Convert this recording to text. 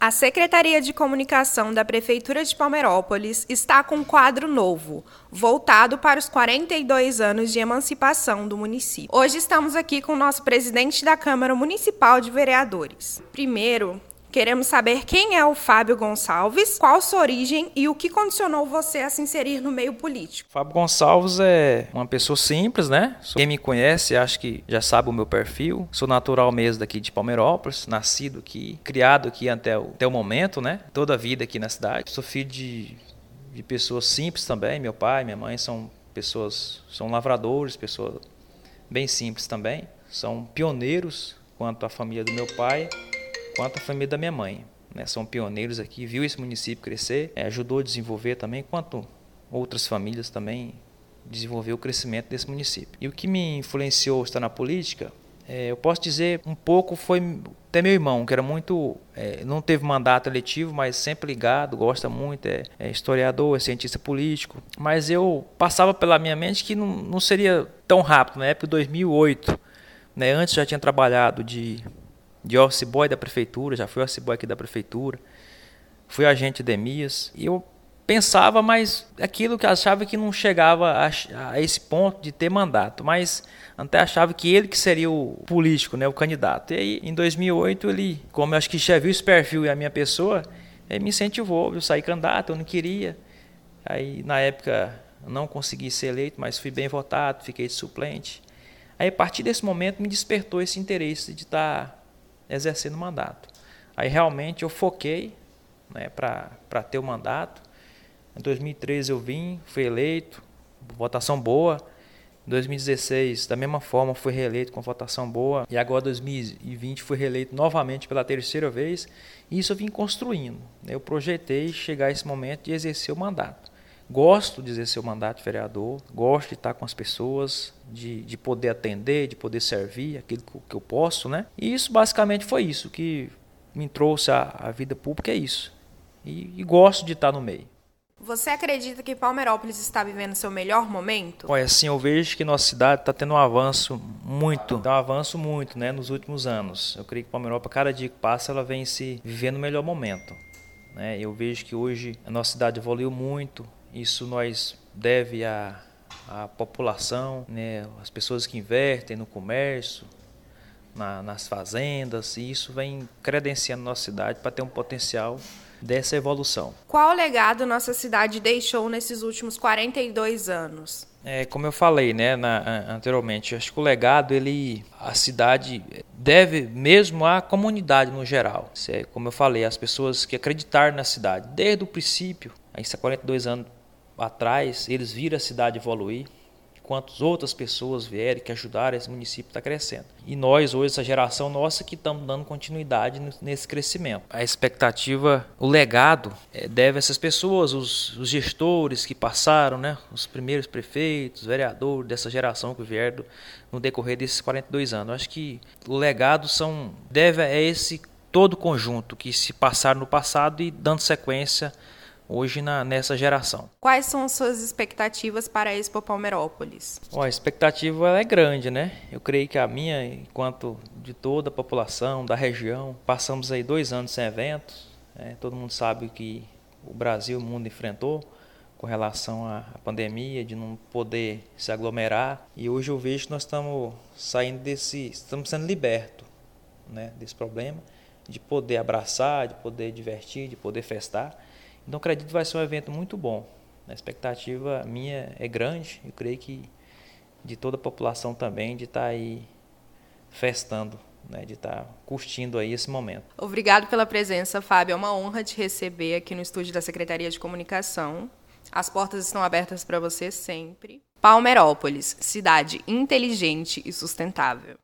A Secretaria de Comunicação da Prefeitura de Palmeirópolis está com um quadro novo, voltado para os 42 anos de emancipação do município. Hoje estamos aqui com o nosso presidente da Câmara Municipal de Vereadores. Primeiro, queremos saber quem é o Fábio Gonçalves, qual sua origem e o que condicionou você a se inserir no meio político. Fábio Gonçalves é uma pessoa simples, né? Quem me conhece acho que já sabe o meu perfil. Sou natural mesmo daqui de Palmeirópolis, nascido aqui, criado aqui até o momento, né? Toda a vida aqui na cidade. Sou filho de pessoas simples também. Meu pai, minha mãe são lavradores, pessoas bem simples também. São pioneiros quanto à família do meu pai, quanto a família da minha mãe, né? São pioneiros aqui, viu esse município crescer, ajudou a desenvolver também, quanto outras famílias também desenvolveu o crescimento desse município. E o que me influenciou a estar na política, eu posso dizer um pouco, foi até meu irmão, que era muito, não teve mandato eletivo, mas sempre ligado, gosta muito, é historiador, é cientista político, mas eu passava pela minha mente que não seria tão rápido, na época de 2008, né? Antes já tinha trabalhado de office boy da prefeitura, já fui office boy aqui da prefeitura, fui agente de EMIAS, e eu pensava, mas aquilo que achava que não chegava a esse ponto de ter mandato, mas até achava que ele que seria o político, né, o candidato. E aí, em 2008, ele, como eu acho que já viu esse perfil e a minha pessoa, ele me incentivou, eu saí candidato, eu não queria. Aí, na época, não consegui ser eleito, mas fui bem votado, fiquei de suplente. Aí, a partir desse momento, me despertou esse interesse de estar exercendo o mandato. Aí realmente eu foquei, né, para ter o mandato. Em 2013 eu fui eleito, votação boa. Em 2016, da mesma forma, fui reeleito com votação boa. E agora, em 2020, fui reeleito novamente pela terceira vez. E isso eu vim construindo, né? Eu projetei chegar a esse momento de exercer o mandato. Gosto de exercer o mandato de vereador, gosto de estar com as pessoas, de poder atender, de poder servir aquilo que eu posso, né? E isso basicamente foi isso que me trouxe à vida pública, é isso. E gosto de estar no meio. Você acredita que Palmeirópolis está vivendo seu melhor momento? Olha, assim, eu vejo que nossa cidade está tendo um avanço muito, né, nos últimos anos. Eu creio que Palmeirópolis, cada dia que passa, ela vem se vivendo o melhor momento, né? Eu vejo que hoje a nossa cidade evoluiu muito. Isso nós deve à população, né, as pessoas que investem no comércio, nas fazendas, e isso vem credenciando nossa cidade para ter um potencial dessa evolução. Qual legado nossa cidade deixou nesses últimos 42 anos? Como eu falei, né, anteriormente, acho que o legado, a cidade deve mesmo à comunidade no geral. Como eu falei, as pessoas que acreditaram na cidade desde o princípio, há 42 anos atrás, eles viram a cidade evoluir, quantas outras pessoas vieram que ajudaram esse município a estar crescendo. E nós, hoje, essa geração nossa, que estamos dando continuidade nesse crescimento. A expectativa, o legado, deve a essas pessoas, os gestores que passaram, né, os primeiros prefeitos, vereadores dessa geração que vieram no decorrer desses 42 anos. Eu acho que o legado deve a esse todo conjunto que se passaram no passado e dando sequência hoje nessa geração. Quais são as suas expectativas para a Expo Palmeirópolis? A expectativa é grande, né? Eu creio que a minha, enquanto de toda a população da região, passamos aí 2 anos sem eventos, né? Todo mundo sabe que o Brasil, o mundo enfrentou com relação à pandemia, de não poder se aglomerar. E hoje eu vejo que nós estamos sendo libertos, né, desse problema, de poder abraçar, de poder divertir, de poder festar. Então, acredito que vai ser um evento muito bom. A expectativa minha é grande, eu creio que de toda a população também, de estar aí festando, né, de estar curtindo aí esse momento. Obrigado pela presença, Fábio. É uma honra te receber aqui no estúdio da Secretaria de Comunicação. As portas estão abertas para você sempre. Palmeirópolis, cidade inteligente e sustentável.